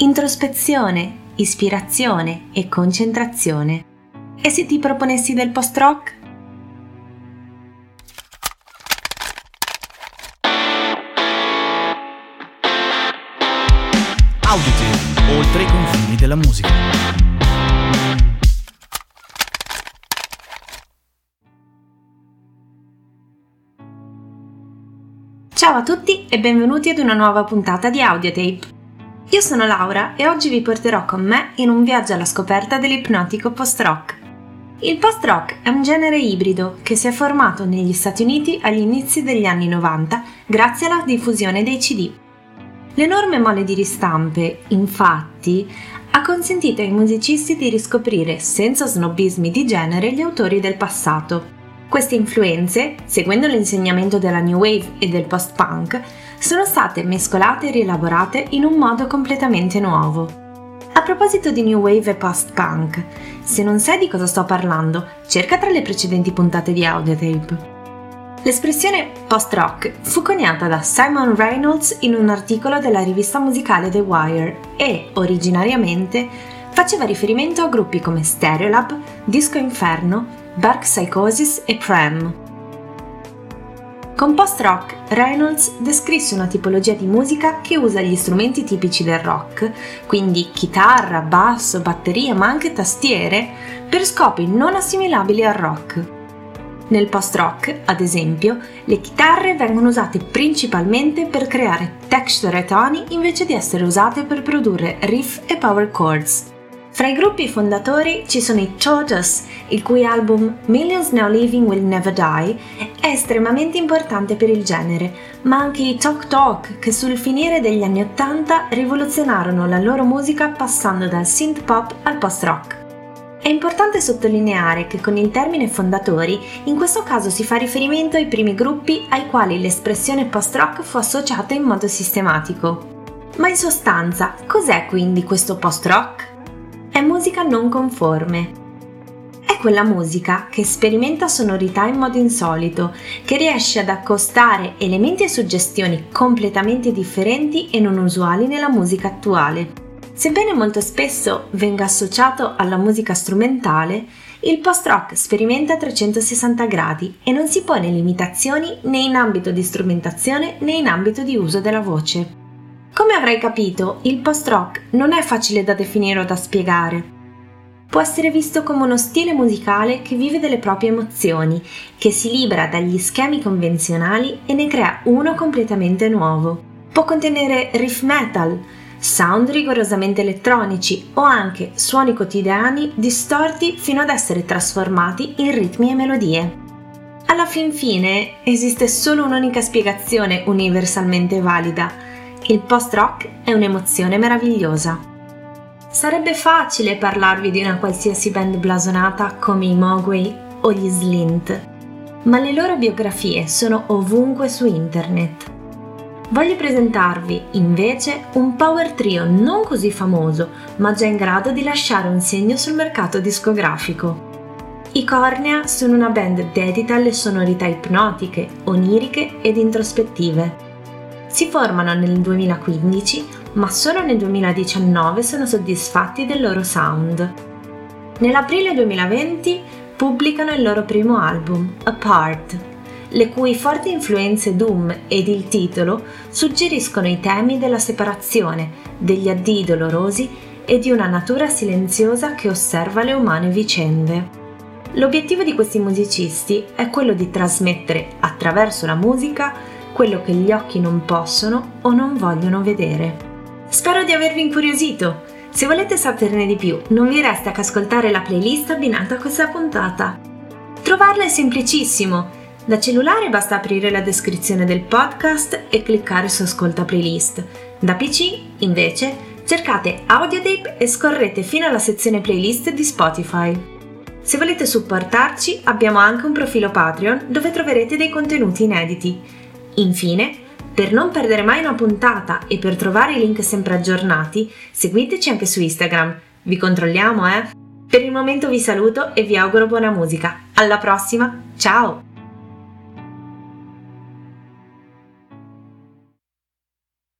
introspezione, ispirazione e concentrazione. E se ti proponessi del post-rock? Auditape, oltre i confini della musica. Ciao a tutti e benvenuti ad una nuova puntata di Audiotape. Io sono Laura e oggi vi porterò con me in un viaggio alla scoperta dell'ipnotico post-rock. Il post-rock è un genere ibrido che si è formato negli Stati Uniti agli inizi degli anni 90 grazie alla diffusione dei CD. L'enorme mole di ristampe, infatti, ha consentito ai musicisti di riscoprire senza snobismi di genere gli autori del passato. Queste influenze, seguendo l'insegnamento della New Wave e del post-punk, sono state mescolate e rielaborate in un modo completamente nuovo. A proposito di New Wave e post-punk, se non sai di cosa sto parlando, cerca tra le precedenti puntate di Audiotape. L'espressione post-rock fu coniata da Simon Reynolds in un articolo della rivista musicale The Wire e, originariamente, faceva riferimento a gruppi come Stereolab, Disco Inferno, Dark Psychosis e Pram. Con post-rock, Reynolds descrisse una tipologia di musica che usa gli strumenti tipici del rock, quindi chitarra, basso, batteria ma anche tastiere, per scopi non assimilabili al rock. Nel post-rock, ad esempio, le chitarre vengono usate principalmente per creare texture e toni invece di essere usate per produrre riff e power chords. Fra i gruppi fondatori ci sono i Tortoise, il cui album Millions Now Living Will Never Die è estremamente importante per il genere, ma anche i Talk Talk, che sul finire degli anni '80 rivoluzionarono la loro musica passando dal synth pop al post-rock. È importante sottolineare che con il termine fondatori, in questo caso si fa riferimento ai primi gruppi ai quali l'espressione post-rock fu associata in modo sistematico. Ma in sostanza, cos'è quindi questo post-rock? È musica non conforme. È quella musica che sperimenta sonorità in modo insolito, che riesce ad accostare elementi e suggestioni completamente differenti e non usuali nella musica attuale. Sebbene molto spesso venga associato alla musica strumentale, il post-rock sperimenta a 360 gradi e non si pone limitazioni né in ambito di strumentazione né in ambito di uso della voce. Come avrai capito, il post-rock non è facile da definire o da spiegare. Può essere visto come uno stile musicale che vive delle proprie emozioni, che si libera dagli schemi convenzionali e ne crea uno completamente nuovo. Può contenere riff metal, sound rigorosamente elettronici o anche suoni quotidiani distorti fino ad essere trasformati in ritmi e melodie. Alla fin fine esiste solo un'unica spiegazione universalmente valida. Il post-rock è un'emozione meravigliosa. Sarebbe facile parlarvi di una qualsiasi band blasonata come i Mogwai o gli Slint, ma le loro biografie sono ovunque su internet. Voglio presentarvi, invece, un power trio non così famoso, ma già in grado di lasciare un segno sul mercato discografico. I Cornea sono una band dedita alle sonorità ipnotiche, oniriche ed introspettive. Si formano nel 2015, ma solo nel 2019 sono soddisfatti del loro sound. Nell'aprile 2020 pubblicano il loro primo album, Apart, le cui forti influenze doom ed il titolo suggeriscono i temi della separazione, degli addii dolorosi e di una natura silenziosa che osserva le umane vicende. L'obiettivo di questi musicisti è quello di trasmettere attraverso la musica quello che gli occhi non possono o non vogliono vedere. Spero di avervi incuriosito. Se volete saperne di più, non vi resta che ascoltare la playlist abbinata a questa puntata. Trovarla è semplicissimo. Da cellulare basta aprire la descrizione del podcast e cliccare su Ascolta Playlist. Da PC, invece, cercate Audiotape e scorrete fino alla sezione playlist di Spotify. Se volete supportarci, abbiamo anche un profilo Patreon dove troverete dei contenuti inediti. Infine, per non perdere mai una puntata e per trovare i link sempre aggiornati, seguiteci anche su Instagram. Vi controlliamo, eh? Per il momento vi saluto e vi auguro buona musica. Alla prossima, ciao!